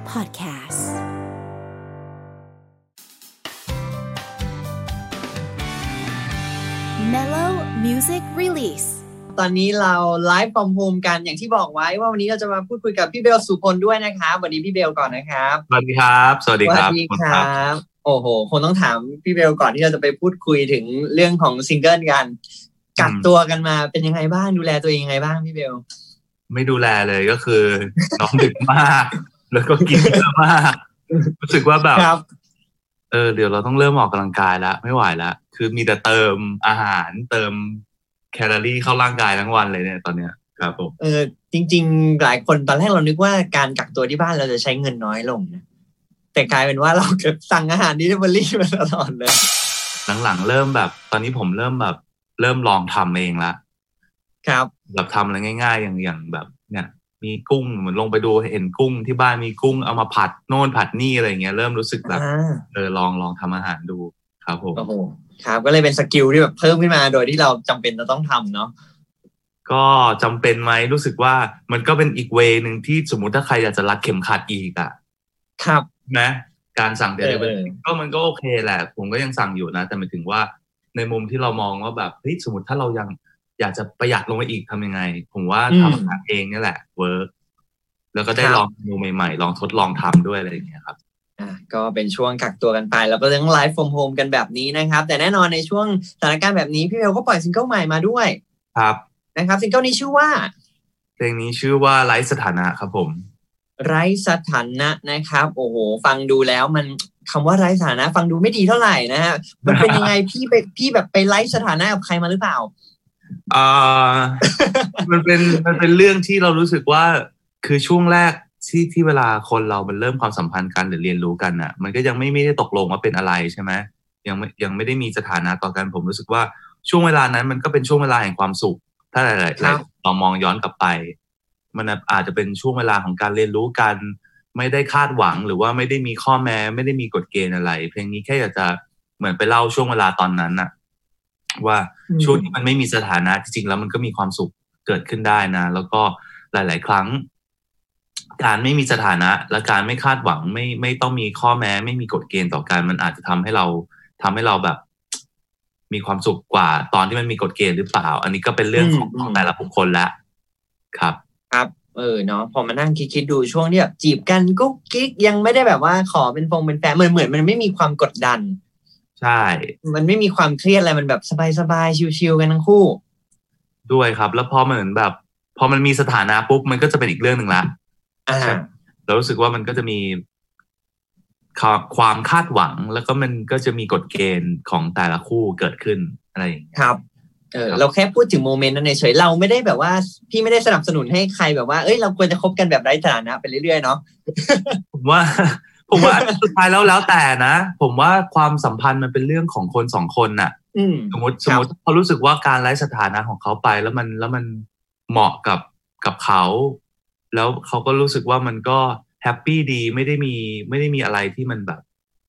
Podcast Mellow Music Release ตอนนี้เราไลฟ์ฟอร์มโฮมกันอย่างที่บอกไว้ว่าวันนี้เราจะมาพูดคุยกับพี่เบลสุพลด้วยนะครับสวัสดีพี่เบลก่อนนะครับสวัสดีครับสวัสดีครับสวัสดีครับโอ้โหคงต้องถามพี่เบลก่อนที่เราจะไปพูดคุยถึงเรื่องของซิงเกิลกันกักตัวกันมาเป็นยังไงบ้างดูแลตัวเองยังไงบ้างพี่เบลไม่ดูแลเลยก็คือนอนดึกมากแล้วก็กินเยอะมากรู้สึกว่าแบบเดี๋ยวเราต้องเริ่มออกกำลังกายแล้วไม่ไหวแล้วคือมีแต่เติมอาหารเติมแคลอรี่เข้าร่างกายทั้งวันเลยเนี่ยตอนเนี้ยครับผมจริงๆหลายคนตอนแรกเรานึกว่าการกักตัวที่บ้านเราจะใช้เงินน้อยลงนะแต่กลายเป็นว่าเราเกิดสั่งอาหารdeliveryมาตลอดเลยหลังๆเริ่มแบบตอนนี้ผมเริ่มลองทำเองละครับแบบทำอะไรง่ายๆอย่างแบบเนี่ยมีกุ้งเหมือนลงไปดูเห็นกุ้งที่บ้านมีกุ้งเอามาผัดโน่นผัดนี่อะไรเงี้ยเริ่มรู้สึกแบบลองทำอาหารดูครับผมโอ้โหครับก็เลยเป็นสกิลที่แบบเพิ่มขึ้นมาโดยที่เราจำเป็นจะต้องทำเนาะก็จำเป็นไหมรู้สึกว่ามันก็เป็นอีกเวย์นึงที่สมมุติถ้าใครอยากจะรัดเข็มขัดอีกอ่ะครับนะการสั่งเดลิเวอรี่ก็มันก็โอเคแหละผมก็ยังสั่งอยู่นะแต่หมายถึงว่าในมุมที่เรามองว่าแบบเฮ้ยสมมติถ้าเรายังอยากจะประหยัดลงไปอีกทำยังไงผมว่าทำอาหารเองนี่แหละเวิร์กแล้วก็ได้ลองเมนูใหม่ๆลองทดลองทำด้วยอะไรอย่างเงี้ยครับก็เป็นช่วงกักตัวกันไปแล้วก็ต้องไลฟ์ฟอร์มโฮมกันแบบนี้นะครับแต่แน่นอนในช่วงสถานการณ์แบบนี้พี่เบลก็ปล่อยซิงเกิลใหม่มาด้วยครับนะครับซิงเกิลนี้ชื่อว่าเพลงนี้ชื่อว่าไร้สถานะครับผมไร้สถานะนะครับโอ้โหฟังดูแล้วมันคำว่าไร้สถานะฟังดูไม่ดีเท่าไหร่นะฮะมันเป็นยังไงพี่แบบไปไร้สถานะกับใครมาหรือเปล่ามันเป็นเรื่องที่เรารู้สึกว่าคือช่วงแรกที่เวลาคนเรามันเริ่มความสัมพันธ์กันหรือเรียนรู้กันน่ะมันก็ยังไม่ได้ตกลงว่าเป็นอะไรใช่ไหมยังไม่ได้มีสถานะต่อกันผมรู้สึกว่าช่วงเวลานั้นมันก็เป็นช่วงเวลาแห่งความสุขถ้าหลายๆเรามองย้อนกลับไปมันอาจจะเป็นช่วงเวลาของการเรียนรู้กันไม่ได้คาดหวังหรือว่าไม่ได้มีข้อแม้ไม่ได้มีกฎเกณฑ์อะไรเพลงนี้แค่อยากจะเหมือนไปเล่าช่วงเวลาตอนนั้นน่ะว่าช่วงที่มันไม่มีสถานะจริงๆแล้วมันก็มีความสุขเกิดขึ้นได้นะแล้วก็หลายๆครั้งการไม่มีสถานะและการไม่คาดหวังไม่ต้องมีข้อแม้ไม่มีกฎเกณฑ์ต่อกันมันอาจจะทำให้เราแบบมีความสุขกว่าตอนที่มันมีกฎเกณฑ์หรือเปล่าอันนี้ก็เป็นเรื่องของแต่ละบุคคลละครับเนาะพอมานั่งคิดดูช่วงที่แบบจีบกันกุ๊กกิ๊กยังไม่ได้แบบว่าขอเป็นแฟนเหมือนมันไม่มีความกดดันใช่มันไม่มีความเครียดอะไรมันแบบสบายๆชิลๆกันทั้งคู่ด้วยครับแล้วพอมันมีสถานะปุ๊บมันก็จะเป็นอีกเรื่องนึงละเรารู้สึกว่ามันก็จะมีความคาดหวังแล้วก็มันก็จะมีกฎเกณฑ์ของแต่ละคู่เกิดขึ้นอะไรอย่างเงี้ยครับเราแค่พูดถึงโมเมนต์นั้นเฉยเราไม่ได้แบบว่าพี่ไม่ได้สนับสนุนให้ใครแบบว่าเราควรจะคบกันแบบไร้สถานะไปเรื่อยๆเนาะผมว่าสุดท้ายแล้วแต่นะผมว่าความสัมพันธ์มันเป็นเรื่องของคนสองคนน่ะสมมติเขารู้สึกว่าการไร้สถานะของเขาไปแล้วมันเหมาะกับเขาแล้วเขาก็รู้สึกว่ามันก็แฮปปี้ดีไม่ได้มีอะไรที่มันแบบ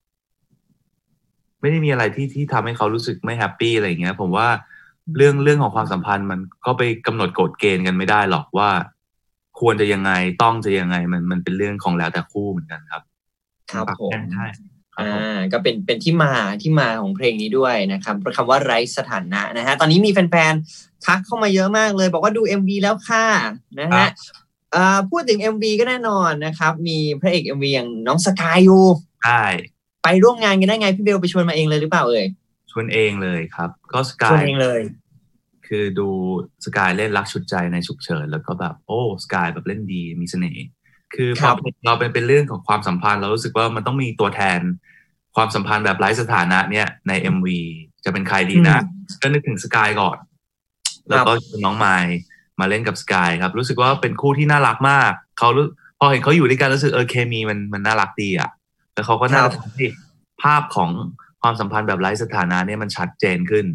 ไม่ได้มีอะไรที่ทำให้เขารู้สึกไม่แฮปปี้อะไรอย่างเงี้ยผมว่าเรื่องของความสัมพันธ์มันก็ไปกำหนดกฎเกณฑ์กันไม่ได้หรอกว่าควรจะยังไงต้องจะยังไงมันเป็นเรื่องของแล้วแต่คู่เหมือนกันครับครับผมใช่ก็เป็นที่มาของเพลงนี้ด้วยนะครับคำว่าไร้สถานะนะฮะตอนนี้มีแฟนๆทักเข้ามาเยอะมากเลยบอกว่าดู MV แล้วค่ะนะฮะพูดถึง MV ก็แน่นอนนะครับมีพระเอก MV อย่างน้องสกายอยู่ใช่ไปร่วมงานกันได้ไงพี่เบลไปชวนมาเองเลยหรือเปล่าชวนเองเลยครับก็สกายชวนเองเลยคือดูสกายเล่นรักชุดใจในฉุกเฉินแล้วก็แบบโอ้สกายแบบเล่นดีมีเสน่ห์คือพอเราเป็นเรื่องของความสัมพันธ์เรารู้สึกว่ามันต้องมีตัวแทนความสัมพันธ์แบบไร้สถานะเนี่ยใน MV จะเป็นใครดีนะก็นึกถึงสกายก่อนแล้วก็น้องไมล์มาเล่นกับสกายครับรู้สึกว่าเป็นคู่ที่น่ารักมากพอเห็นเขาอยู่ด้วยกันรู้สึกเคมีมันน่ารักดีอ่ะแล้วเขาก็น่ารักที่ภาพของความสัมพันธ์แบบไร้สถานะเนี่ยมันชัดเจนขึ้น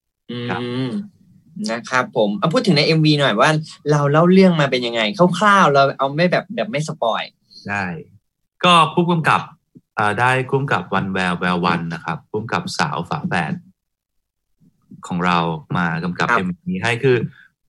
นะครับผมเอาพูดถึงใน MV หน่อยว่าเราเล่าเรื่องมาเป็นยังไงคร่าวๆเราเอาไม่แบบไม่สปอยได้ก็ผู้กำกับได้ผู้กำกับวันแวววันนะครับผู้กำกับสาวฝาแฝดของเรามากำกับ MV ให้คือ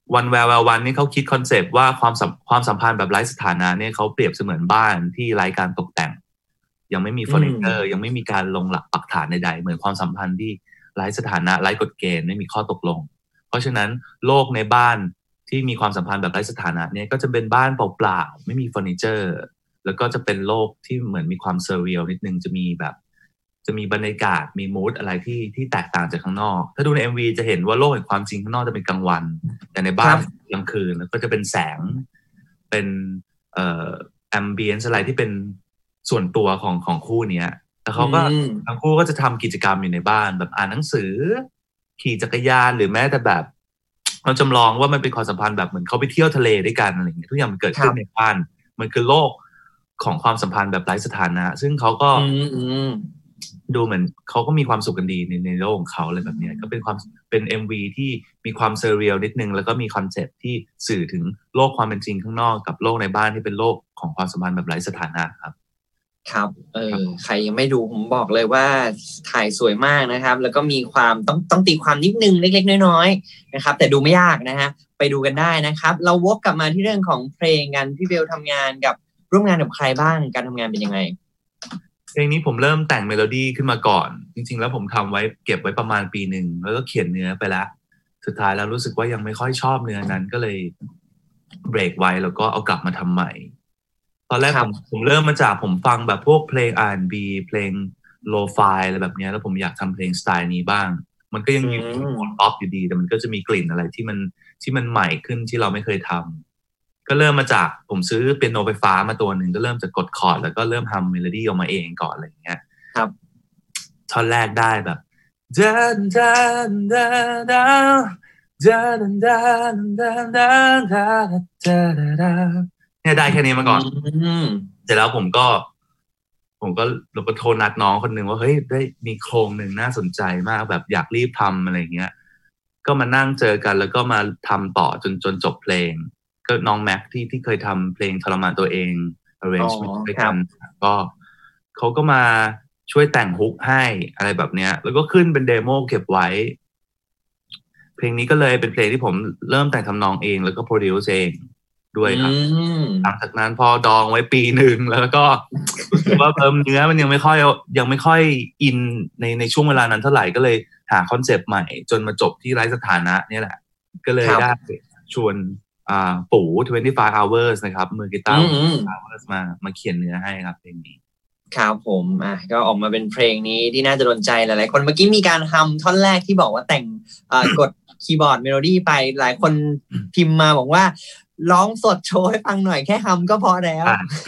วันแวววันนี่เขาคิดคอนเซปต์ว่าความสัมพันธ์แบบไร้สถานะเนี่ยเขาเปรียบเสมือนบ้านที่ไร้การตกแต่งยังไม่มีเฟอร์นิเจอร์ยังไม่มีการลงหลักปักฐานใดๆเหมือนความสัมพันธ์ที่ไร้สถานะไร้กฎเกณฑ์ไม่มีข้อตกลงเพราะฉะนั้นโลกในบ้านที่มีความสัมพันธ์แบบไร้สถานะเนี่ยก็จะเป็นบ้านเปล่าๆไม่มีเฟอร์นิเจอร์แล้วก็จะเป็นโลกที่เหมือนมีความเซอร์เรียลนิดนึงจะมีบรรยากาศมีมูดอะไรที่แตกต่างจากข้างนอกถ้าดูใน MV จะเห็นว่าโลกแห่งความจริงข้างนอกจะเป็นกลางวันแต่ในบ้านกลางคืนแล้วก็จะเป็นแสงเป็นแอมเบียนซ์อะไรที่เป็นส่วนตัวของคู่เนี้ยแล้วเขาก็ทั้งคู่ก็จะทำกิจกรรมอยู่ในบ้านแบบอ่านหนังสือขี่จักรยานหรือแม้แต่แบบเราจำลองว่ามันเป็นความสัมพันธ์แบบเหมือนเขาไปเที่ยวทะเลด้วยกันอะไรอย่างเงี้ยทุกอย่างมันเกิดขึ้นในบ้านมันคือโลกของความสัมพันธ์แบบไร้สถานะซึ่งเขาก็ดูเหมือนเขาก็มีความสุขกันดีในโลกของเขาอะไรแบบนี้ก็เป็น MV ที่มีความเซอร์เรียลนิดนึงแล้วก็มีคอนเซ็ปต์ที่สื่อถึงโลกความเป็นจริงข้างนอกกับโลกในบ้านที่เป็นโลกของความสัมพันธ์แบบไร้สถานะครับครับใครยังไม่ดูผมบอกเลยว่าถ่ายสวยมากนะครับแล้วก็มีความต้องตีความนิดนึงเล็กๆน้อยๆนะครับแต่ดูไม่ยากนะฮะไปดูกันได้นะครับเราวกกลับมาที่เรื่องของเพลงกันพี่เบลทำงานกับร่วมงานกับใครบ้างการทำงานเป็นยังไงเพลงนี้ผมเริ่มแต่งเมโลดี้ขึ้นมาก่อนจริงๆแล้วผมทำไว้เก็บไว้ประมาณปีหนึ่งแล้วก็เขียนเนื้อไปแล้วสุดท้ายแล้วรู้สึกว่ายังไม่ค่อยชอบเนื้อนั้นก็เลยเบรกไว้แล้วก็เอากลับมาทำใหม่ตอนแรกผมเริ่มมาจากผมฟังแบบพวกเพลง R&B เพลงโลฟายอะไรแบบนี้แล้วผมอยากทำเพลงสไตล์นี้บ้างมันก็ยังอยู่ในโหมดป๊อปอยู่ดีแต่มันก็จะมีกลิ่นอะไรที่มันใหม่ขึ้นที่เราไม่เคยทำก็เริ่มมาจากผมซื้อเปียโนไฟฟ้ามาตัวหนึ่งก็เริ่มจากกดคอร์ดแล้วก็เริ่มทำเมโลดี้ออกมาเองก่อนอะไรอย่างเงี้ยครับท่อนแรกได้แบบดาดาดาดาดาดาดาดาดาดาดาเนี่ยได้แค่นี้มาก่อนเสร็จแล้วผมก็โทรนัดน้องคนหนึ่งว่าเฮ้ยได้มีโครงหนึ่งน่าสนใจมากแบบอยากรีบทำอะไรเงี้ยก็มานั่งเจอกันแล้วก็มาทำต่อจนจบเพลงก็น้องแม็กที่เคยทำเพลงทรมานตัวเอง arrangement ด้วยกันก็เขาก็มาช่วยแต่งฮุกให้อะไรแบบเนี้ยแล้วก็ขึ้นเป็นเดโมเก็บไว้เพลงนี้ก็เลยเป็นเพลงที่ผมเริ่มแต่งทำนองเองแล้วก็โปรดิวซ์เองด้วยครับหลังจากนั้นพอดองไว้ปีหนึ่งแล้วก็รู้สึกว่าเนื้อมันยังไม่ค่อยอินในช่วงเวลานั้นเท่าไหร่ก็เลยหาคอนเซปต์ใหม่จนมาจบที่ไร้สถานะเนี่ยแหละก็เลยได้ชวนปู่25 hours นะครับมือกีตาร์hours มาเขียนเนื้อให้ครับเพลงนี้ครับผมก็ออกมาเป็นเพลงนี้ที่น่าจะโดนใจหลายๆคนเมื่อกี้มีการทำท่อนแรกที่บอกว่าแต่งกดคีย์บอร์ดเมโลดี้ไปหลายคนพิมพ์มาบอกว่าร้องสดโชว์ให้ฟังหน่อยแค่ทำก็พอแล้ว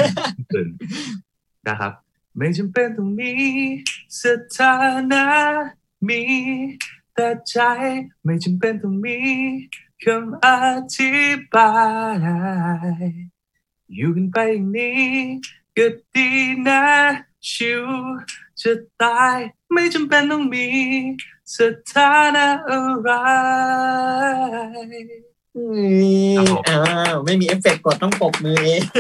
นะครับไม่จำเป็นต้องมีสถานะมีแต่ใจไม่จำเป็นต้องมีคำอธิบายอยู่กันไปอย่างนี้ก็ดีนะชิวจะตายไม่จำเป็นต้องมีสถานะอะไรไม่มีเอฟเฟกต์กดต้องปรบมือเอง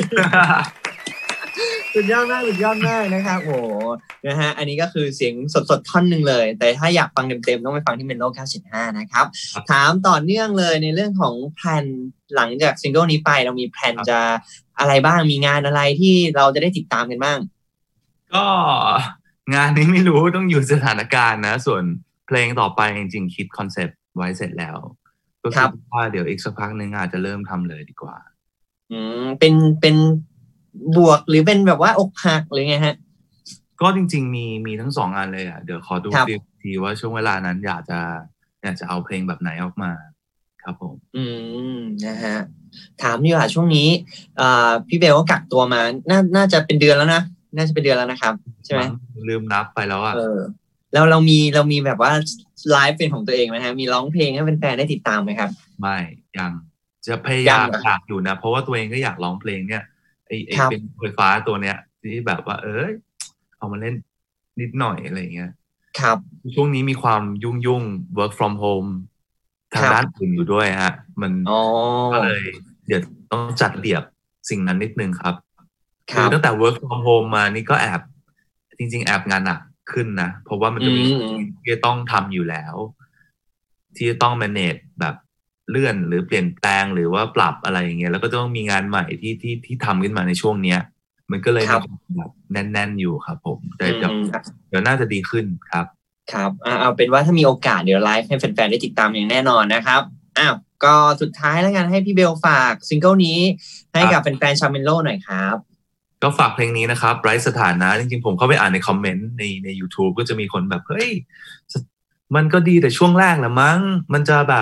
สุดยอดมากนะครับโอ้นะฮะอันนี้ก็คือเสียงสดๆท่อนหนึ่งเลยแต่ถ้าอยากฟังเต็มๆต้องไปฟังที่เมโล 95นะครับถามต่อเนื่องเลยในเรื่องของแพลนหลังจากซิงเกิลนี้ไปเรามีแพลนจะอะไรบ้างมีงานอะไรที่เราจะได้ติดตามกันบ้างก็งานนี้ไม่รู้ต้องอยู่สถานการณ์นะส่วนเพลงต่อไปจริงๆคิดคอนเซ็ปต์ไว้เสร็จแล้วก็คิดว่าเดี๋ยวอีกสักพักนึงอาจจะเริ่มทำเลยดีกว่าเป็นบวกหรือเป็นแบบว่าอกหักหรือไงฮะก็จริงๆมีทั้ง2งานเลยเดี๋ยวขอดูทีว่าช่วงเวลานั้นอยากจะเอาเพลงแบบไหนออกมาครับผมนะฮะถามดีกว่าช่วงนี้พี่เบลก็กักตัวมาน่าจะเป็นเดือนแล้วนะน่าจะเป็นเดือนแล้วนะครับใช่ไหมลืมนับไปแล้วแล้วเรามีแบบว่าไลฟ์เป็นของตัวเองไหมฮะมีร้องเพลงให้แฟนๆได้ติดตามไหมครับไม่ยังจะพยายามอยากอยู่นะเพราะว่าตัวเองก็อยากร้องเพลงเนี่ยไอ้เป็นไฟฟ้าตัวเนี้ยที่แบบว่าเอามาเล่นนิดหน่อยอะไรเงี้ยครับช่วงนี้มีความยุ่ง work from home ทางด้านอื่นอยู่ด้วยฮะมันก็เลยเดี๋ยวต้องจัดระเบียบสิ่งนั้นนิดนึงครับคือตั้งแต่ work from home มานี่ก็จริงๆแอบงานหนักขึ้นนะเพราะว่ามันจะมีที่ต้องทำอยู่แล้วที่จะต้อง manage แบบเลื่อนหรือเปลี่ยนแปลงหรือว่าปรับอะไรอย่างเงี้ยแล้วก็ต้องมีงานใหม่ที่ทำขึ้นมาในช่วงเนี้ยมันก็เลยแบบแน่นๆอยู่ครับผมแต่เดี๋ยวน่าจะดีขึ้นครับครับเอาเป็นว่าถ้ามีโอกาสเดี๋ยวไลฟ์ให้แฟนๆได้ติดตามอย่างแน่นอนนะครับก็สุดท้ายแล้วกันให้พี่เบลฝากซิงเกิลนี้ให้กับแฟนๆชาวเมโลหน่อยครับก็ฝากเพลงนี้นะครับไร้สถานะจริงๆผมเข้าไปอ่านในคอมเมนต์ใน YouTube ก็จะมีคนแบบเฮ้ยมันก็ดีแต่ช่วงแรกแหละมั้งมันจะแบบ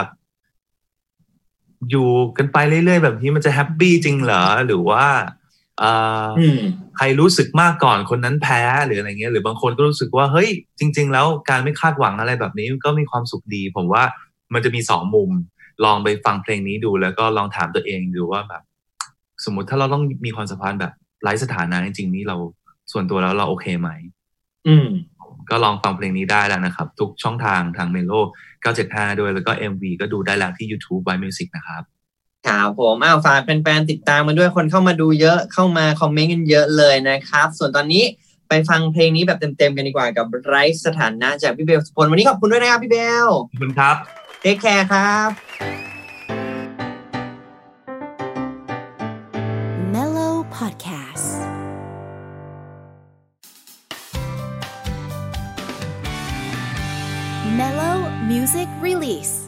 อยู่กันไปเรื่อยๆแบบนี้มันจะแฮปปี้จริงเหรอหรือว่าใครรู้สึกมากก่อนคนนั้นแพ้หรืออะไรเงี้ยหรือบางคนก็รู้สึกว่าเฮ้ยจริงๆแล้วการไม่คาดหวังอะไรแบบนี้ก็มีความสุขดีผมว่ามันจะมีสองมุมลองไปฟังเพลงนี้ดูแล้วก็ลองถามตัวเองดูว่าแบบสมมุติถ้าเราต้องมีความสัมพันธ์แบบไร้สถานะจริงๆนี่เราส่วนตัวแล้วเราโอเคไหมก็ลองฟังเพลงนี้ได้แล้วนะครับทุกช่องทางเมโล975ด้วยแล้วก็ MV ก็ดูได้แล้วที่ YouTube by Music นะครับครับผมฝากแฟนๆติดตามมาด้วยคนเข้ามาดูเยอะเข้ามาคอมเมนต์กันเยอะเลยนะครับส่วนตอนนี้ไปฟังเพลงนี้แบบเต็มๆกันดีกว่ากับไร้สถานะจากพี่เบลสุพลวันนี้ขอบคุณด้วยนะครับพี่เบลขอบคุณครับเทคแคร์ครับ Mellow Podcast Mellow Music Release